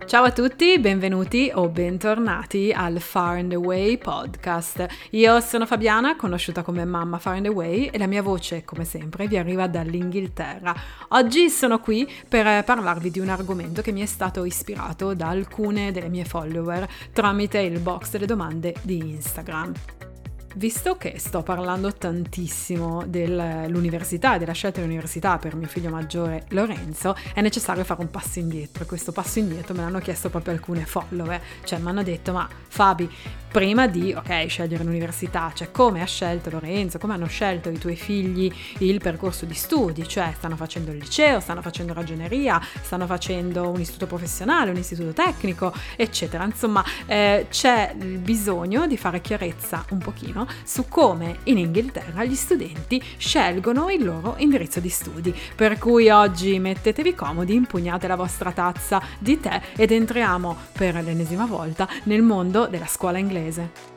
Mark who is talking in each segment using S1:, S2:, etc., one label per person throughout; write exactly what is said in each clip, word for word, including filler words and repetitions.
S1: Ciao a tutti, benvenuti o bentornati al Far and Away podcast. Io sono Fabiana, conosciuta come Mamma Far and Away, e la mia voce, come sempre, vi arriva dall'Inghilterra. Oggi sono qui per parlarvi di un argomento che mi è stato ispirato da alcune delle mie follower tramite il box delle domande di Instagram. Visto che sto parlando tantissimo dell'università e della scelta dell'università per mio figlio maggiore Lorenzo, è necessario fare un passo indietro, e questo passo indietro me l'hanno chiesto proprio alcune follower, cioè mi hanno detto: ma Fabi, prima di ok scegliere l'università, cioè come ha scelto Lorenzo, come hanno scelto i tuoi figli il percorso di studi, cioè stanno facendo il liceo, stanno facendo ragioneria, stanno facendo un istituto professionale, un istituto tecnico, eccetera. Insomma, eh, c'è il bisogno di fare chiarezza un pochino su come in Inghilterra gli studenti scelgono il loro indirizzo di studi. Per cui oggi mettetevi comodi, impugnate la vostra tazza di tè ed entriamo per l'ennesima volta nel mondo della scuola inglese.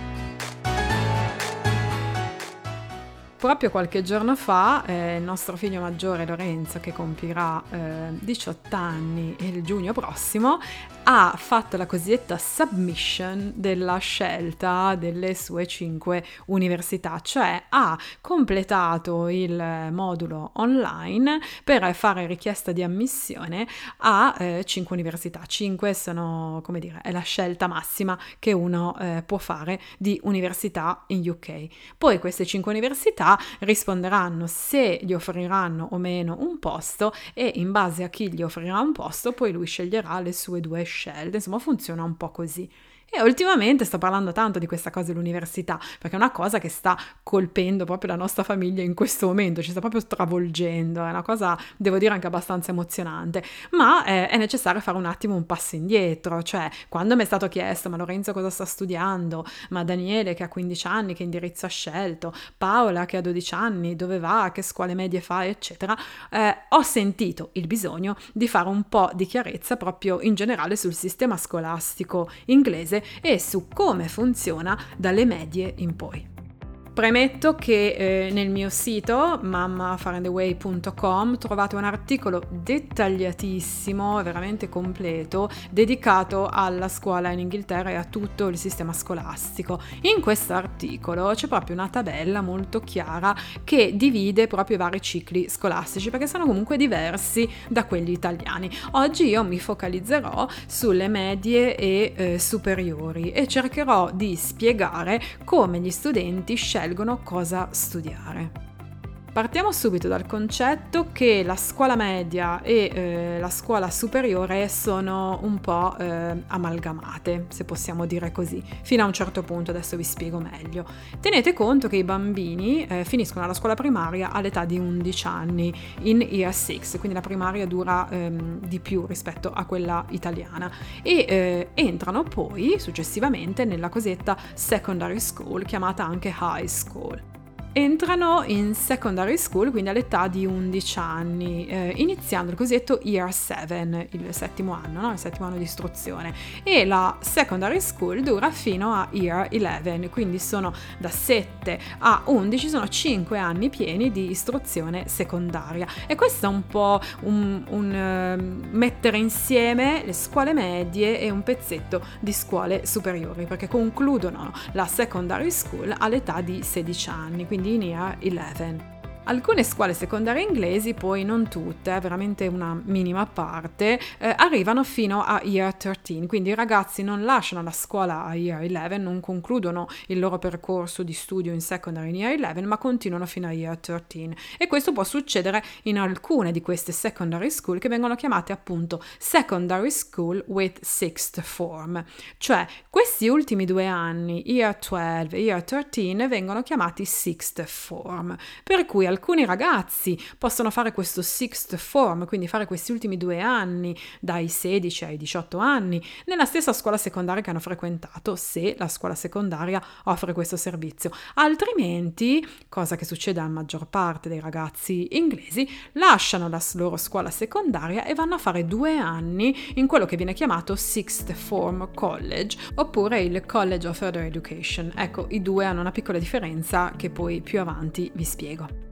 S1: Proprio qualche giorno fa eh, il nostro figlio maggiore Lorenzo, che compirà eh, diciotto anni il giugno prossimo, ha fatto la cosiddetta submission della scelta delle sue cinque università, cioè ha completato il modulo online per fare richiesta di ammissione a eh, cinque università. cinque sono, come dire, è la scelta massima che uno eh, può fare di università in U K. Poi queste cinque università risponderanno se gli offriranno o meno un posto, e in base a chi gli offrirà un posto poi lui sceglierà le sue due scelte. Insomma, funziona un po' così. E ultimamente sto parlando tanto di questa cosa dell'università, perché è una cosa che sta colpendo proprio la nostra famiglia in questo momento, ci sta proprio stravolgendo, è una cosa, devo dire, anche abbastanza emozionante, ma eh, è necessario fare un attimo un passo indietro. Cioè, quando mi è stato chiesto: ma Lorenzo cosa sta studiando? Ma Daniele che ha quindici anni, che indirizzo ha scelto? Paola che ha dodici anni, dove va? Che scuole medie fa? Eccetera. Eh, ho sentito il bisogno di fare un po' di chiarezza proprio in generale sul sistema scolastico inglese e su come funziona dalle medie in poi. Premetto che eh, nel mio sito mamma far and away punto com trovate un articolo dettagliatissimo, veramente completo, dedicato alla scuola in Inghilterra e a tutto il sistema scolastico. In questo articolo c'è proprio una tabella molto chiara che divide proprio i vari cicli scolastici, perché sono comunque diversi da quelli italiani. Oggi io mi focalizzerò sulle medie e eh, superiori e cercherò di spiegare come gli studenti scelgono cosa studiare. Partiamo subito dal concetto che la scuola media e eh, la scuola superiore sono un po' eh, amalgamate, se possiamo dire così, fino a un certo punto. Adesso vi spiego meglio. Tenete conto che i bambini eh, finiscono la scuola primaria all'età di undici anni, in year sei, quindi la primaria dura ehm, di più rispetto a quella italiana, e eh, entrano poi successivamente nella cosiddetta secondary school, chiamata anche high school. Entrano in secondary school quindi all'età di undici anni, eh, iniziando il cosiddetto year sette, il settimo anno, no? il settimo anno di istruzione, e la secondary school dura fino a year undici, quindi sono da sette a undici, sono cinque anni pieni di istruzione secondaria. E questo è un po' un, un uh, mettere insieme le scuole medie e un pezzetto di scuole superiori, perché concludono la secondary school all'età di sedici anni, quindi in year undici. Alcune scuole secondarie inglesi, poi non tutte, veramente una minima parte, eh, arrivano fino a year tredici, quindi i ragazzi non lasciano la scuola a year undici, non concludono il loro percorso di studio in secondary in year undici, ma continuano fino a year tredici. E questo può succedere in alcune di queste secondary school, che vengono chiamate appunto secondary school with sixth form, cioè questi ultimi due anni, year dodici e year tredici, vengono chiamati sixth form, per cui alcuni ragazzi possono fare questo sixth form, quindi fare questi ultimi due anni dai sedici ai diciotto anni nella stessa scuola secondaria che hanno frequentato, se la scuola secondaria offre questo servizio. Altrimenti, cosa che succede alla maggior parte dei ragazzi inglesi, lasciano la loro scuola secondaria e vanno a fare due anni in quello che viene chiamato sixth form college, oppure il College of Further Education. Ecco, i due hanno una piccola differenza che poi più avanti vi spiego.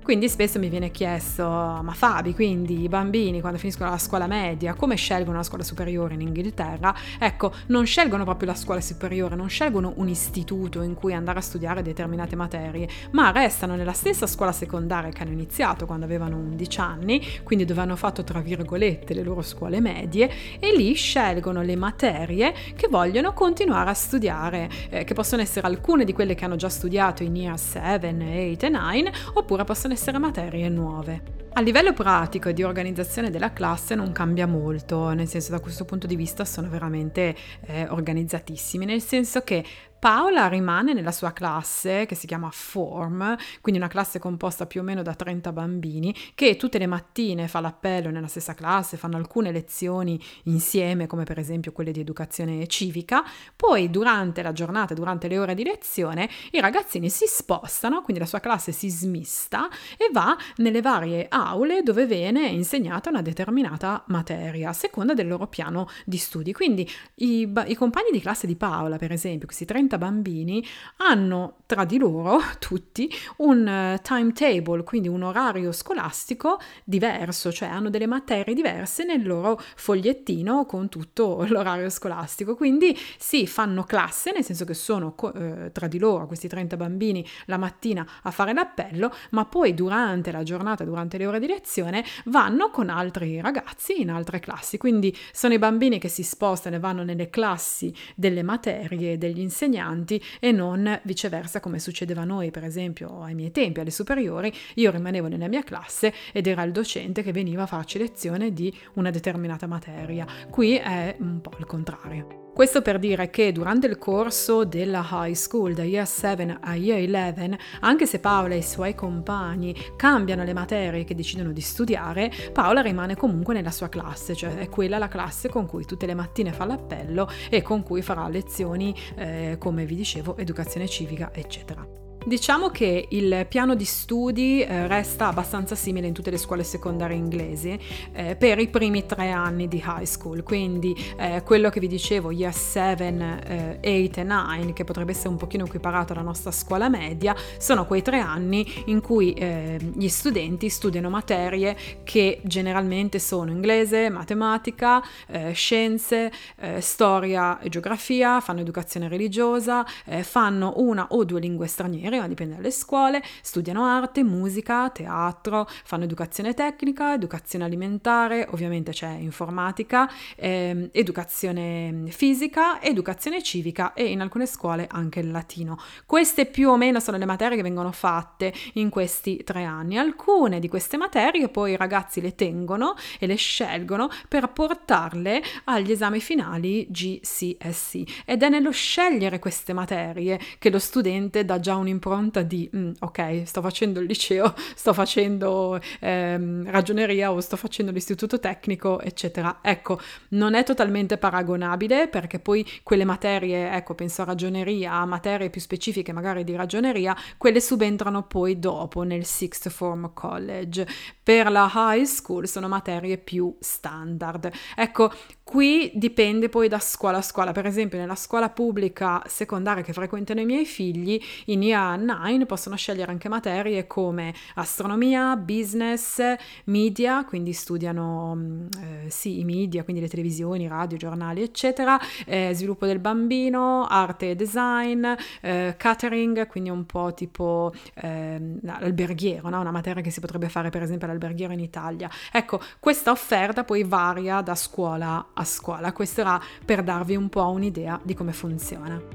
S1: Quindi spesso mi viene chiesto: ma Fabi, quindi i bambini quando finiscono la scuola media come scelgono la scuola superiore in Inghilterra? Ecco, non scelgono proprio la scuola superiore, non scelgono un istituto in cui andare a studiare determinate materie, ma restano nella stessa scuola secondaria che hanno iniziato quando avevano undici anni, quindi dove hanno fatto tra virgolette le loro scuole medie, e lì scelgono le materie che vogliono continuare a studiare, eh, che possono essere alcune di quelle che hanno già studiato in year sette, otto e nove, oppure possono essere materie nuove. A livello pratico e di organizzazione della classe non cambia molto, nel senso, da questo punto di vista sono veramente eh, organizzatissimi, nel senso che Paola rimane nella sua classe che si chiama Form, quindi una classe composta più o meno da trenta bambini, che tutte le mattine fa l'appello nella stessa classe, fanno alcune lezioni insieme, come per esempio quelle di educazione civica. Poi durante la giornata, durante le ore di lezione, i ragazzini si spostano, quindi la sua classe si smista e va nelle varie aule dove viene insegnata una determinata materia a seconda del loro piano di studi. Quindi i, i compagni di classe di Paola, per esempio, questi trenta bambini, hanno tra di loro tutti un uh, timetable, quindi un orario scolastico diverso, cioè hanno delle materie diverse nel loro fogliettino con tutto l'orario scolastico. Quindi sì, fanno classe, nel senso che sono uh, tra di loro questi trenta bambini la mattina a fare l'appello, ma poi durante la giornata, durante le ore di lezione, vanno con altri ragazzi in altre classi. Quindi sono i bambini che si spostano e vanno nelle classi delle materie degli insegnanti e non viceversa, come succedeva a noi, per esempio ai miei tempi, alle superiori. Io rimanevo nella mia classe ed era il docente che veniva a farci lezione di una determinata materia. Qui è un po' il contrario. Questo per dire che durante il corso della high school, da year sette a year undici, anche se Paola e i suoi compagni cambiano le materie che decidono di studiare, Paola rimane comunque nella sua classe, cioè è quella la classe con cui tutte le mattine fa l'appello e con cui farà lezioni, eh, come vi dicevo, educazione civica, eccetera. Diciamo che il piano di studi eh, resta abbastanza simile in tutte le scuole secondarie inglesi eh, per i primi tre anni di high school, quindi eh, quello che vi dicevo, year sette, eh, otto e nove, che potrebbe essere un pochino equiparato alla nostra scuola media, sono quei tre anni in cui eh, gli studenti studiano materie che generalmente sono inglese, matematica, eh, scienze, eh, storia e geografia, fanno educazione religiosa, eh, fanno una o due lingue straniere, ma dipende dalle scuole, studiano arte, musica, teatro, fanno educazione tecnica, educazione alimentare, ovviamente c'è informatica, ehm, educazione fisica, educazione civica e in alcune scuole anche il latino. Queste più o meno sono le materie che vengono fatte in questi tre anni. Alcune di queste materie poi i ragazzi le tengono e le scelgono per portarle agli esami finali G C S E, ed è nello scegliere queste materie che lo studente dà già un impronta di mm, ok, sto facendo il liceo, sto facendo ehm, ragioneria o sto facendo l'istituto tecnico, eccetera. Ecco, non è totalmente paragonabile, perché poi quelle materie, ecco, penso a ragioneria, a materie più specifiche magari di ragioneria, quelle subentrano poi dopo nel sixth form college. Per la high school sono materie più standard. Ecco, qui dipende poi da scuola a scuola. Per esempio nella scuola pubblica secondaria che frequentano i miei figli, in year nove possono scegliere anche materie come astronomia, business, media, quindi studiano eh, sì, i media, quindi le televisioni, radio, giornali, eccetera, eh, sviluppo del bambino, arte e design, eh, catering, quindi un po' tipo eh, l'alberghiero, no? Una materia che si potrebbe fare per esempio all'alberghiero in Italia. Ecco, questa offerta poi varia da scuola a scuola. Questo era per darvi un po' un'idea di come funziona.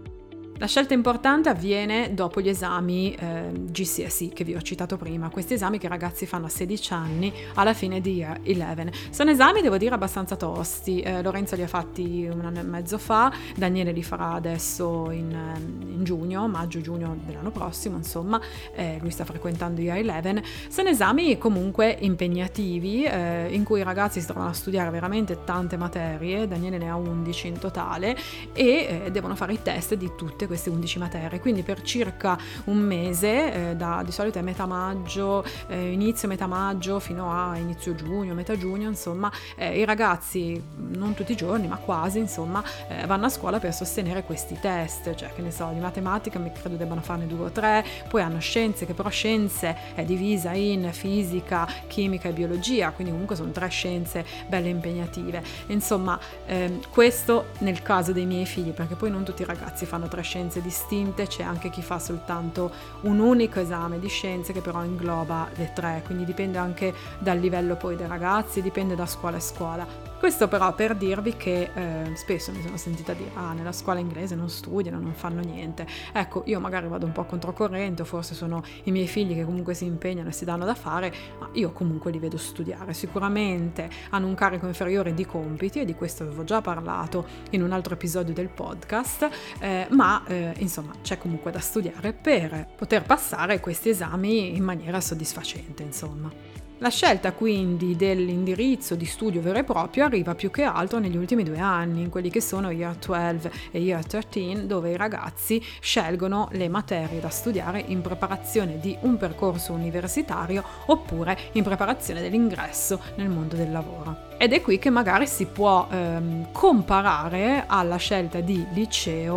S1: La scelta importante avviene dopo gli esami eh, G C S E che vi ho citato prima, questi esami che i ragazzi fanno a sedici anni alla fine di year undici. Sono esami, devo dire, abbastanza tosti. Eh, Lorenzo li ha fatti un anno e mezzo fa, Daniele li farà adesso in, in giugno, maggio-giugno dell'anno prossimo, insomma, eh, lui sta frequentando year undici. Sono esami comunque impegnativi, eh, in cui i ragazzi si trovano a studiare veramente tante materie, Daniele ne ha undici in totale, e eh, devono fare i test di tutte tutte queste undici materie, quindi per circa un mese, eh, da, di solito è metà maggio, eh, inizio metà maggio fino a inizio giugno, metà giugno, insomma, eh, i ragazzi, non tutti i giorni, ma quasi, insomma, eh, vanno a scuola per sostenere questi test, cioè che ne so, di matematica mi credo debbano farne due o tre, poi hanno scienze, che però scienze è divisa in fisica, chimica e biologia, quindi comunque sono tre scienze belle impegnative. Insomma, ehm, questo nel caso dei miei figli, perché poi non tutti i ragazzi fanno tre scienze distinte, c'è anche chi fa soltanto un unico esame di scienze che però ingloba le tre, quindi dipende anche dal livello poi dei ragazzi, dipende da scuola a scuola. Questo però per dirvi che eh, spesso mi sono sentita dire ah, nella scuola inglese non studiano, non fanno niente. Ecco, io magari vado un po' controcorrente, o forse sono i miei figli che comunque si impegnano e si danno da fare, ma io comunque li vedo studiare. Sicuramente hanno un carico inferiore di compiti, e di questo avevo già parlato in un altro episodio del podcast, eh, ma eh, insomma c'è comunque da studiare per poter passare questi esami in maniera soddisfacente, insomma. La scelta quindi dell'indirizzo di studio vero e proprio arriva più che altro negli ultimi due anni, in quelli che sono Year dodici e Year tredici, dove i ragazzi scelgono le materie da studiare in preparazione di un percorso universitario oppure in preparazione dell'ingresso nel mondo del lavoro. Ed è qui che magari si può ehm, comparare alla scelta di liceo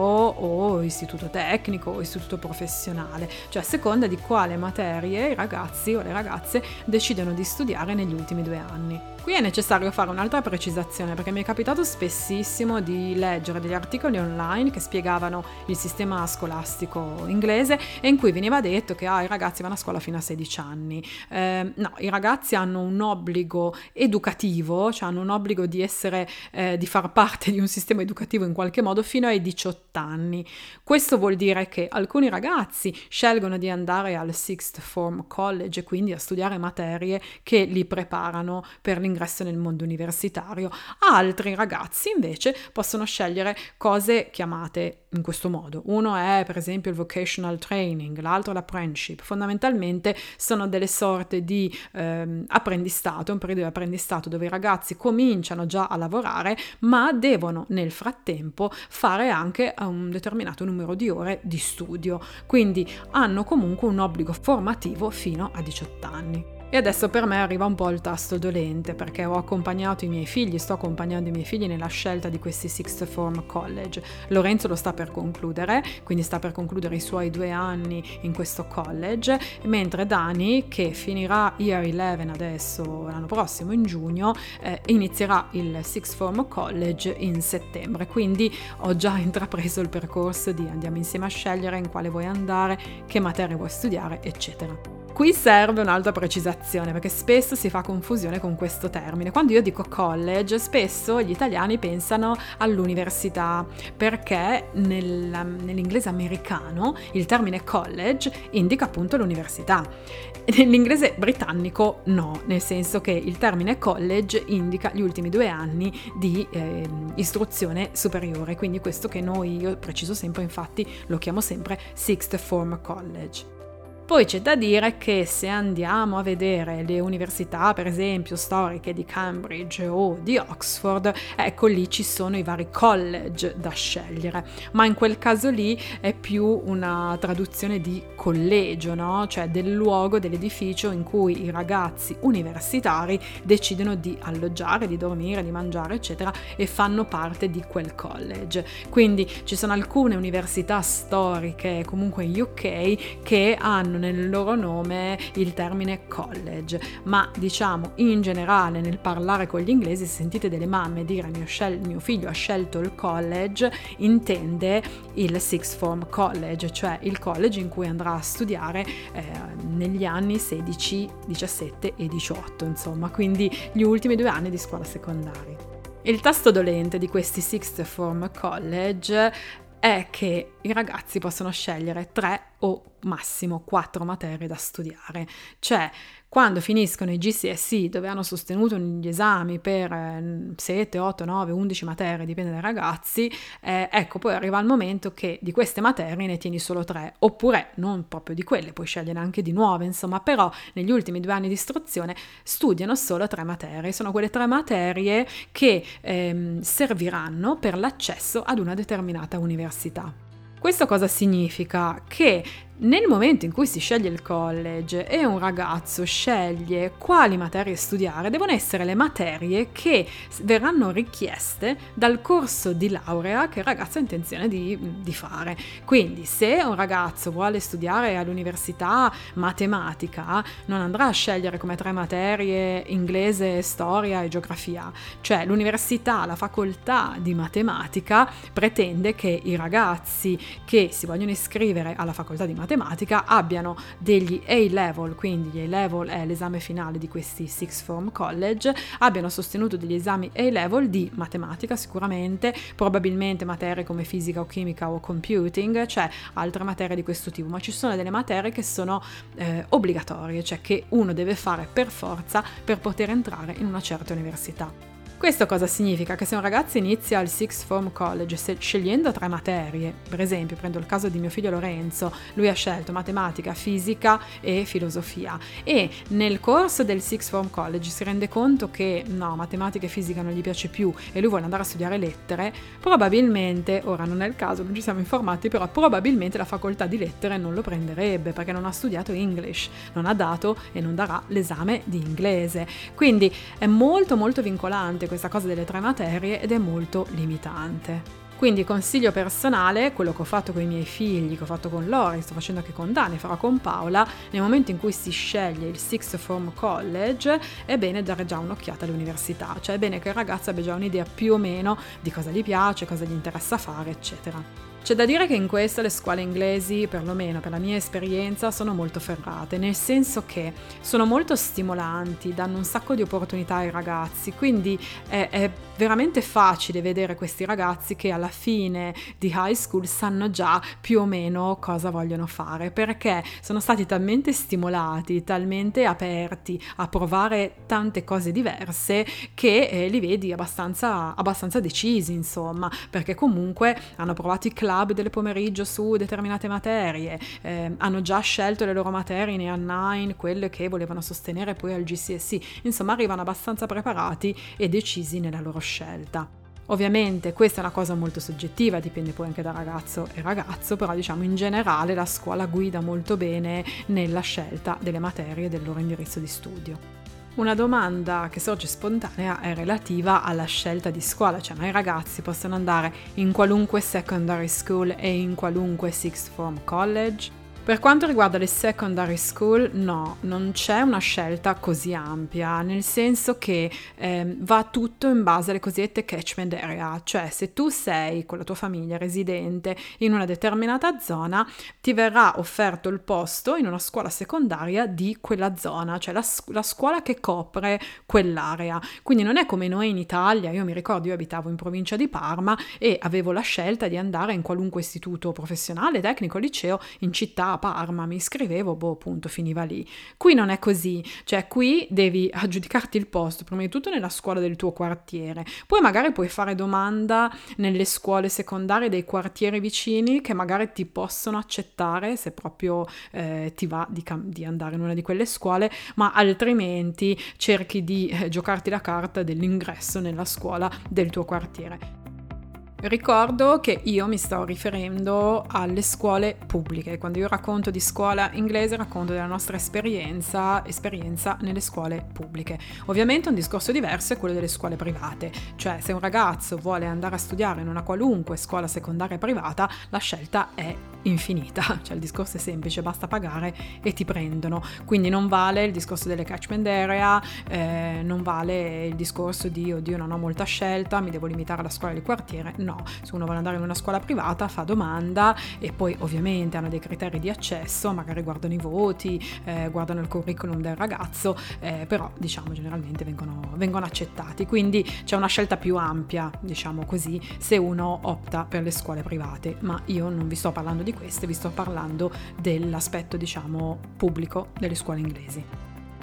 S1: o istituto tecnico o istituto professionale, cioè a seconda di quale materie i ragazzi o le ragazze decidono di studiare negli ultimi due anni. Qui è necessario fare un'altra precisazione, perché mi è capitato spessissimo di leggere degli articoli online che spiegavano il sistema scolastico inglese e in cui veniva detto che ah, i ragazzi vanno a scuola fino a sedici anni. Eh, no, i ragazzi hanno un obbligo educativo, cioè hanno un obbligo di essere, eh, di far parte di un sistema educativo in qualche modo fino ai diciotto anni. Questo vuol dire che alcuni ragazzi scelgono di andare al Sixth Form College, quindi a studiare materie che li preparano per l'ingresso nel mondo universitario. Altri ragazzi invece possono scegliere cose chiamate in questo modo. Uno è per esempio il vocational training, l'altro l'apprenticeship. Fondamentalmente sono delle sorte di ehm, apprendistato, un periodo di apprendistato dove i ragazzi cominciano già a lavorare, ma devono nel frattempo fare anche un determinato numero di ore di studio, quindi hanno comunque un obbligo formativo fino a diciotto anni. E adesso per me arriva un po' il tasto dolente, perché ho accompagnato i miei figli, sto accompagnando i miei figli nella scelta di questi Sixth Form College. Lorenzo lo sta per concludere, quindi sta per concludere i suoi due anni in questo college, mentre Dani, che finirà Year undici adesso l'anno prossimo in giugno, eh, inizierà il Sixth Form College in settembre. Quindi ho già intrapreso il percorso di andiamo insieme a scegliere in quale vuoi andare, che materie vuoi studiare, eccetera. Qui serve un'altra precisazione, perché spesso si fa confusione con questo termine. Quando io dico college, spesso gli italiani pensano all'università, perché nel, nell'inglese americano il termine college indica appunto l'università. Nell'inglese britannico no, nel senso che il termine college indica gli ultimi due anni di eh, istruzione superiore, quindi questo che noi, io preciso sempre, infatti lo chiamo sempre Sixth Form College. Poi c'è da dire che se andiamo a vedere le università, per esempio, storiche di Cambridge o di Oxford, ecco lì ci sono i vari college da scegliere, ma in quel caso lì è più una traduzione di collegio, no? Cioè del luogo, dell'edificio in cui i ragazzi universitari decidono di alloggiare, di dormire, di mangiare, eccetera, e fanno parte di quel college. Quindi ci sono alcune università storiche, comunque in U K, che hanno nel loro nome il termine college, ma diciamo in generale nel parlare con gli inglesi, se sentite delle mamme dire mio, scel- mio figlio ha scelto il college, intende il Sixth Form College, cioè il college in cui andrà a studiare eh, negli anni sedici, diciassette e diciotto, insomma, quindi gli ultimi due anni di scuola secondaria. Il tasto dolente di questi Sixth Form College è che i ragazzi possono scegliere tre o massimo quattro materie da studiare, cioè quando finiscono i G C S E, dove hanno sostenuto gli esami per sette, otto, nove, undici materie, dipende dai ragazzi, eh, ecco poi arriva il momento che di queste materie ne tieni solo tre, oppure non proprio di quelle, puoi scegliere anche di nuove, insomma, però negli ultimi due anni di istruzione studiano solo tre materie, sono quelle tre materie che ehm, serviranno per l'accesso ad una determinata università. Questo cosa significa? Che nel momento in cui si sceglie il college e un ragazzo sceglie quali materie studiare, devono essere le materie che verranno richieste dal corso di laurea che il ragazzo ha intenzione di, di fare. Quindi se un ragazzo vuole studiare all'università matematica, non andrà a scegliere come tre materie inglese, storia e geografia. Cioè l'università, la facoltà di matematica pretende che i ragazzi che si vogliono iscrivere alla facoltà di matematica matematica abbiano degli A-level, quindi gli A-level è l'esame finale di questi sixth form college, abbiano sostenuto degli esami A-level di matematica sicuramente, probabilmente materie come fisica o chimica o computing, cioè altre materie di questo tipo, ma ci sono delle materie che sono eh, obbligatorie, cioè che uno deve fare per forza per poter entrare in una certa università. Questo cosa significa? Che se un ragazzo inizia al sixth form college scegliendo tre materie, per esempio prendo il caso di mio figlio Lorenzo, lui ha scelto matematica, fisica e filosofia, e nel corso del sixth form college si rende conto che no, matematica e fisica non gli piace più e lui vuole andare a studiare lettere, probabilmente, ora non è il caso, non ci siamo informati, però probabilmente la facoltà di lettere non lo prenderebbe perché non ha studiato English, non ha dato e non darà l'esame di inglese. Quindi è molto molto vincolante questa cosa delle tre materie ed è molto limitante. Quindi consiglio personale, quello che ho fatto con i miei figli, che ho fatto con Lori, sto facendo anche con Dani, farò con Paola, nel momento in cui si sceglie il sixth form college è bene dare già un'occhiata all'università, cioè è bene che il ragazzo abbia già un'idea più o meno di cosa gli piace, cosa gli interessa fare, eccetera. C'è da dire che in questo le scuole inglesi, perlomeno per la mia esperienza, sono molto ferrate, nel senso che sono molto stimolanti, danno un sacco di opportunità ai ragazzi, quindi è, è veramente facile vedere questi ragazzi che alla fine di high school sanno già più o meno cosa vogliono fare, perché sono stati talmente stimolati, talmente aperti a provare tante cose diverse che eh, li vedi abbastanza, abbastanza decisi, insomma, perché comunque hanno provato i club del pomeriggio su determinate materie, eh, hanno già scelto le loro materie in A nove, quelle che volevano sostenere poi al G C S E, insomma arrivano abbastanza preparati e decisi nella loro scelta. Ovviamente questa è una cosa molto soggettiva, dipende poi anche da ragazzo e ragazzo, però diciamo in generale la scuola guida molto bene nella scelta delle materie del loro indirizzo di studio. Una domanda che sorge spontanea è relativa alla scelta di scuola, cioè ma i ragazzi possono andare in qualunque secondary school e in qualunque sixth form college? Per quanto riguarda le secondary school, no, non c'è una scelta così ampia, nel senso che eh, va tutto in base alle cosiddette catchment area, cioè se tu sei con la tua famiglia residente in una determinata zona, ti verrà offerto il posto in una scuola secondaria di quella zona, cioè la, la scuola che copre quell'area. Quindi non è come noi in Italia, io mi ricordo, io abitavo in provincia di Parma e avevo la scelta di andare in qualunque istituto professionale, tecnico, liceo in città, Parma, mi iscrivevo, boh, appunto, finiva lì. Qui non è così, cioè qui devi aggiudicarti il posto, prima di tutto nella scuola del tuo quartiere, poi magari puoi fare domanda nelle scuole secondarie dei quartieri vicini che magari ti possono accettare se proprio eh, ti va di, cam- di andare in una di quelle scuole, ma altrimenti cerchi di eh, giocarti la carta dell'ingresso nella scuola del tuo quartiere. Ricordo che io mi sto riferendo alle scuole pubbliche. Quando io racconto di scuola inglese racconto della nostra esperienza, esperienza nelle scuole pubbliche. Ovviamente un discorso diverso è quello delle scuole private, cioè se un ragazzo vuole andare a studiare in una qualunque scuola secondaria privata la scelta è infinita, cioè il discorso è semplice, basta pagare e ti prendono, quindi non vale il discorso delle catchment area, eh, non vale il discorso di oddio non ho molta scelta, mi devo limitare alla scuola del quartiere. No, se uno vuole andare in una scuola privata fa domanda e poi ovviamente hanno dei criteri di accesso, magari guardano i voti, eh, guardano il curriculum del ragazzo, eh, però diciamo generalmente vengono, vengono accettati, quindi c'è una scelta più ampia, diciamo così, se uno opta per le scuole private, ma io non vi sto parlando di queste, vi sto parlando dell'aspetto diciamo pubblico delle scuole inglesi.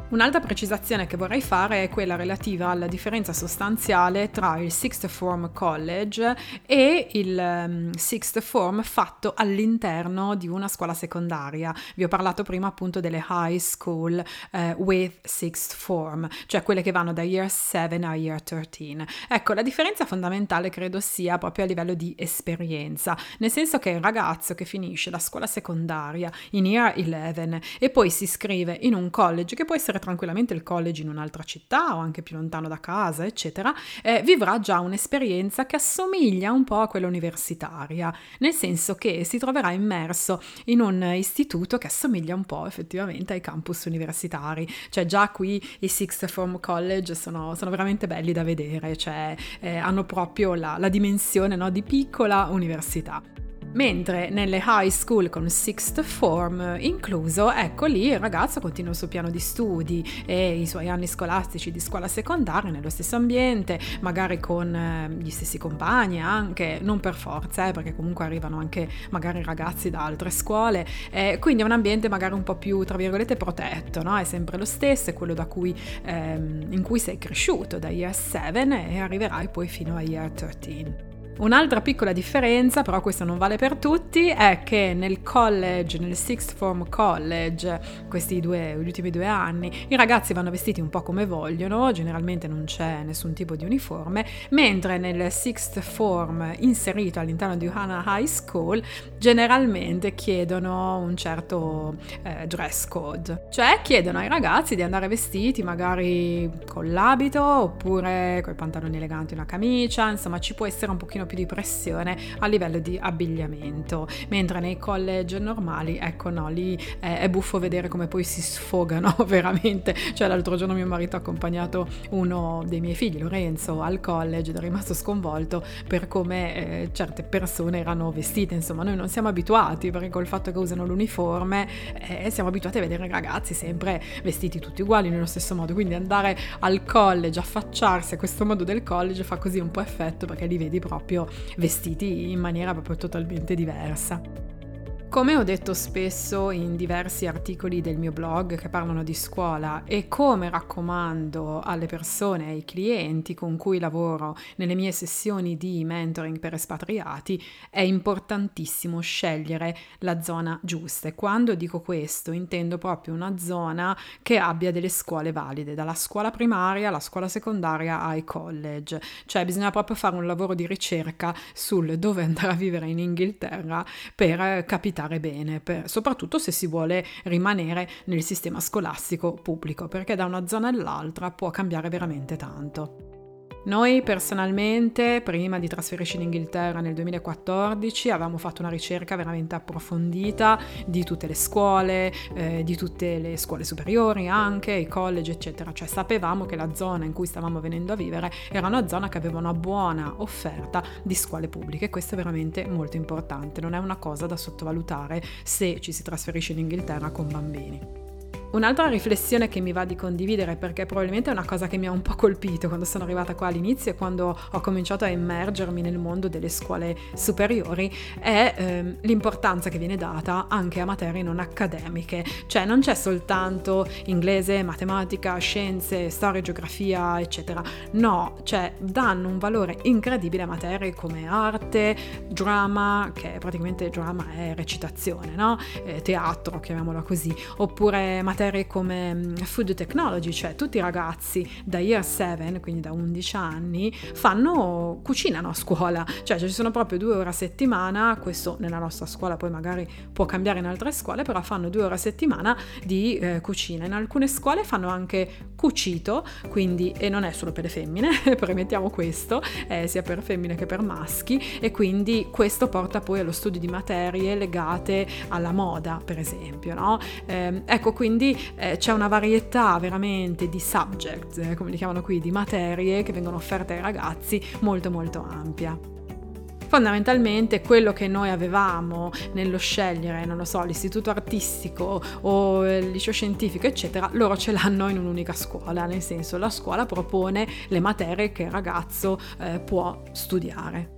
S1: Un'altra precisazione che vorrei fare è quella relativa alla differenza sostanziale tra il Sixth Form College e il um, Sixth Form fatto all'interno di una scuola secondaria. Vi ho parlato prima appunto delle high school uh, with Sixth Form, cioè quelle che vanno da Year seven a Year thirteen. Ecco, la differenza fondamentale credo sia proprio a livello di esperienza, nel senso che il ragazzo che finisce la scuola secondaria in Year eleven e poi si iscrive in un college, che può essere tranquillamente il college in un'altra città o anche più lontano da casa, eccetera, eh, vivrà già un'esperienza che assomiglia un po' a quella universitaria, nel senso che si troverà immerso in un istituto che assomiglia un po' effettivamente ai campus universitari. Cioè già qui i Sixth Form College sono, sono veramente belli da vedere, cioè eh, hanno proprio la, la dimensione, no, di piccola università. Mentre nelle high school con sixth form incluso, ecco lì il ragazzo continua il suo piano di studi e i suoi anni scolastici di scuola secondaria nello stesso ambiente, magari con eh, gli stessi compagni anche, non per forza, eh, perché comunque arrivano anche magari ragazzi da altre scuole, eh, quindi è un ambiente magari un po' più, tra virgolette, protetto, no? È sempre lo stesso, è quello da cui, ehm, in cui sei cresciuto, da year seven e arriverai poi fino a year thirteen. Un'altra piccola differenza, però questo non vale per tutti, è che nel college, nel Sixth Form College, questi due, gli ultimi due anni, i ragazzi vanno vestiti un po' come vogliono, generalmente non c'è nessun tipo di uniforme, mentre nel Sixth Form inserito all'interno di una high school, generalmente chiedono un certo eh, dress code, cioè chiedono ai ragazzi di andare vestiti magari con l'abito oppure con i pantaloni eleganti e una camicia, insomma ci può essere un pochino più di pressione a livello di abbigliamento, mentre nei college normali, ecco no, lì è, è buffo vedere come poi si sfogano veramente. Cioè l'altro giorno mio marito ha accompagnato uno dei miei figli, Lorenzo, al college ed è rimasto sconvolto per come eh, certe persone erano vestite. Insomma, noi non siamo abituati, perché col fatto che usano l'uniforme eh, siamo abituati a vedere i ragazzi sempre vestiti tutti uguali nello stesso modo, quindi andare al college, affacciarsi a questo modo del college fa così un po' effetto, perché li vedi proprio vestiti in maniera proprio totalmente diversa. Come ho detto spesso in diversi articoli del mio blog che parlano di scuola e come raccomando alle persone, ai clienti con cui lavoro nelle mie sessioni di mentoring per espatriati, è importantissimo scegliere la zona giusta. E quando dico questo intendo proprio una zona che abbia delle scuole valide, dalla scuola primaria alla scuola secondaria ai college. Cioè bisogna proprio fare un lavoro di ricerca sul dove andare a vivere in Inghilterra per capitare bene, per, soprattutto se si vuole rimanere nel sistema scolastico pubblico, perché da una zona all'altra può cambiare veramente tanto. Noi personalmente, prima di trasferirci in Inghilterra nel duemilaquattordici, avevamo fatto una ricerca veramente approfondita di tutte le scuole, eh, di tutte le scuole superiori anche, i college eccetera, cioè sapevamo che la zona in cui stavamo venendo a vivere era una zona che aveva una buona offerta di scuole pubbliche. Questo è veramente molto importante, non è una cosa da sottovalutare se ci si trasferisce in Inghilterra con bambini. Un'altra riflessione che mi va di condividere, perché probabilmente è una cosa che mi ha un po' colpito quando sono arrivata qua all'inizio e quando ho cominciato a immergermi nel mondo delle scuole superiori, è ehm, l'importanza che viene data anche a materie non accademiche. Cioè non c'è soltanto inglese, matematica, scienze, storia, geografia, eccetera. No, cioè danno un valore incredibile a materie come arte, drama, che praticamente drama è recitazione, no? Eh, teatro, chiamiamola così, oppure materie come food technology, cioè tutti i ragazzi da year seven, quindi da undici anni, fanno, cucinano a scuola, cioè ci sono proprio due ore a settimana, questo nella nostra scuola poi magari può cambiare in altre scuole, però fanno due ore a settimana di eh, cucina. In alcune scuole fanno anche cucito, quindi, e non è solo per le femmine, premettiamo questo, eh, sia per femmine che per maschi, e quindi questo porta poi allo studio di materie legate alla moda, per esempio, no? Eh, ecco, quindi eh, c'è una varietà veramente di subject, eh, come li chiamano qui, di materie che vengono offerte ai ragazzi molto molto ampia. Fondamentalmente quello che noi avevamo nello scegliere, non lo so, l'istituto artistico o il liceo scientifico eccetera, loro ce l'hanno in un'unica scuola, nel senso la scuola propone le materie che il ragazzo eh, può studiare.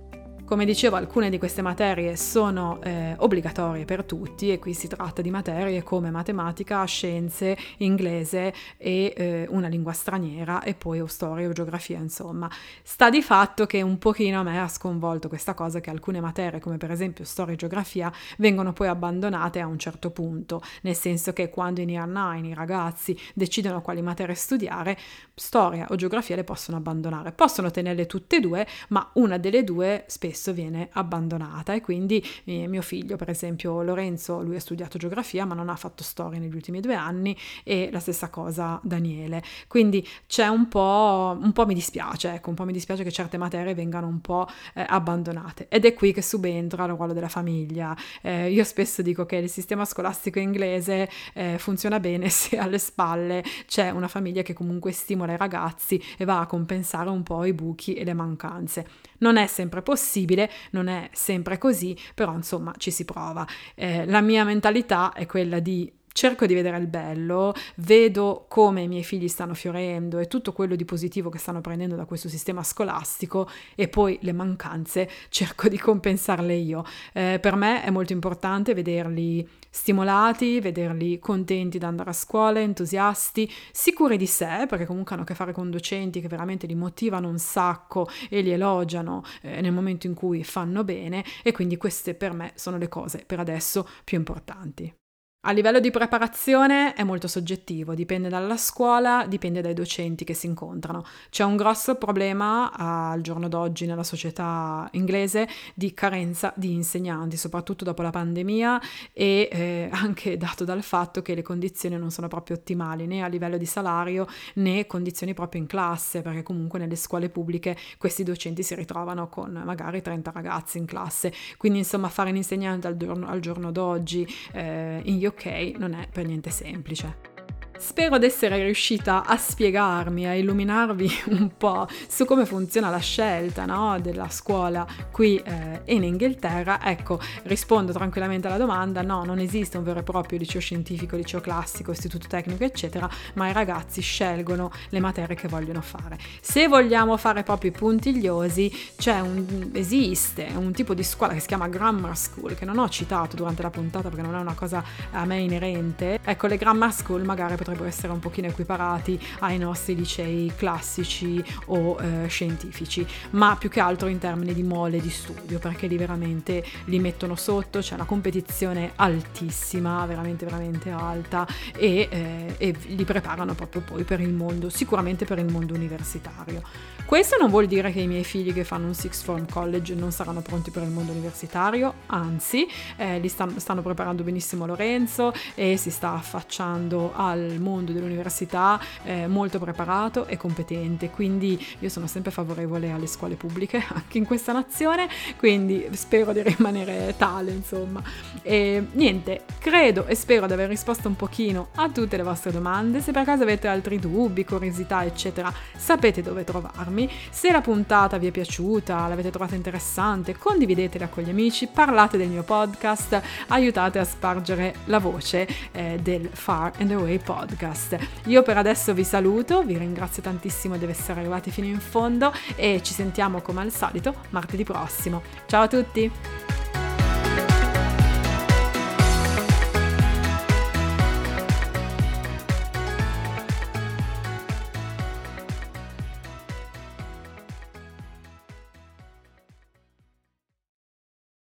S1: Come dicevo, alcune di queste materie sono eh, obbligatorie per tutti, e qui si tratta di materie come matematica, scienze, inglese e eh, una lingua straniera, e poi o storia o geografia, insomma. Sta di fatto che un pochino a me ha sconvolto questa cosa, che alcune materie, come per esempio storia e geografia, vengono poi abbandonate a un certo punto, nel senso che quando in year nine i ragazzi decidono quali materie studiare, storia o geografia le possono abbandonare. Possono tenerle tutte e due, ma una delle due spesso viene abbandonata, e quindi eh, mio figlio, per esempio Lorenzo, lui ha studiato geografia ma non ha fatto storia negli ultimi due anni, e la stessa cosa Daniele. Quindi c'è un po', un po' mi dispiace, ecco, un po' mi dispiace che certe materie vengano un po' eh, abbandonate, ed è qui che subentra il ruolo della famiglia. Eh, io spesso dico che il sistema scolastico inglese eh, funziona bene se alle spalle c'è una famiglia che comunque stimola i ragazzi e va a compensare un po' i buchi e le mancanze. Non è sempre possibile, non è sempre così, però insomma ci si prova. Eh, la mia mentalità è quella di cerco di vedere il bello, vedo come i miei figli stanno fiorendo e tutto quello di positivo che stanno prendendo da questo sistema scolastico, e poi le mancanze cerco di compensarle io. Eh, per me è molto importante vederli stimolati, vederli contenti di andare a scuola, entusiasti, sicuri di sé, perché comunque hanno a che fare con docenti che veramente li motivano un sacco e li elogiano eh, nel momento in cui fanno bene, e quindi queste per me sono le cose per adesso più importanti. A livello di preparazione è molto soggettivo, dipende dalla scuola, dipende dai docenti che si incontrano. C'è un grosso problema al giorno d'oggi nella società inglese di carenza di insegnanti, soprattutto dopo la pandemia, e eh, anche dato dal fatto che le condizioni non sono proprio ottimali, né a livello di salario né condizioni proprio in classe, perché comunque nelle scuole pubbliche questi docenti si ritrovano con magari trenta ragazzi in classe. Quindi insomma fare l'insegnante al giorno, al giorno d'oggi eh, in ok, non è per niente semplice. Spero di essere riuscita a spiegarmi, a illuminarvi un po' su come funziona la scelta, no, della scuola qui eh, in Inghilterra. Ecco, rispondo tranquillamente alla domanda: no, non esiste un vero e proprio liceo scientifico, liceo classico, istituto tecnico, eccetera, ma i ragazzi scelgono le materie che vogliono fare. Se vogliamo fare proprio i puntigliosi, c'è un, esiste un tipo di scuola che si chiama Grammar School, che non ho citato durante la puntata perché non è una cosa a me inerente. Ecco, le Grammar School magari potrebbero essere un pochino equiparati ai nostri licei classici o eh, scientifici, ma più che altro in termini di mole di studio, perché lì veramente li mettono sotto, c'è una competizione altissima, veramente veramente alta, e, eh, e li preparano proprio poi per il mondo, sicuramente per il mondo universitario. Questo non vuol dire che i miei figli che fanno un sixth form college non saranno pronti per il mondo universitario, anzi eh, li stanno, stanno preparando benissimo Lorenzo, e si sta affacciando al mondo dell'università eh, molto preparato e competente, quindi io sono sempre favorevole alle scuole pubbliche anche in questa nazione, quindi spero di rimanere tale, insomma. E niente, credo e spero di aver risposto un pochino a tutte le vostre domande. Se per caso avete altri dubbi, curiosità, eccetera, sapete dove trovarmi. Se la puntata vi è piaciuta, l'avete trovata interessante, condividetela con gli amici, parlate del mio podcast, aiutate a spargere la voce eh, del Far and Away podcast. Io per adesso vi saluto, vi ringrazio tantissimo di essere arrivati fino in fondo, e ci sentiamo come al solito martedì prossimo. Ciao a tutti!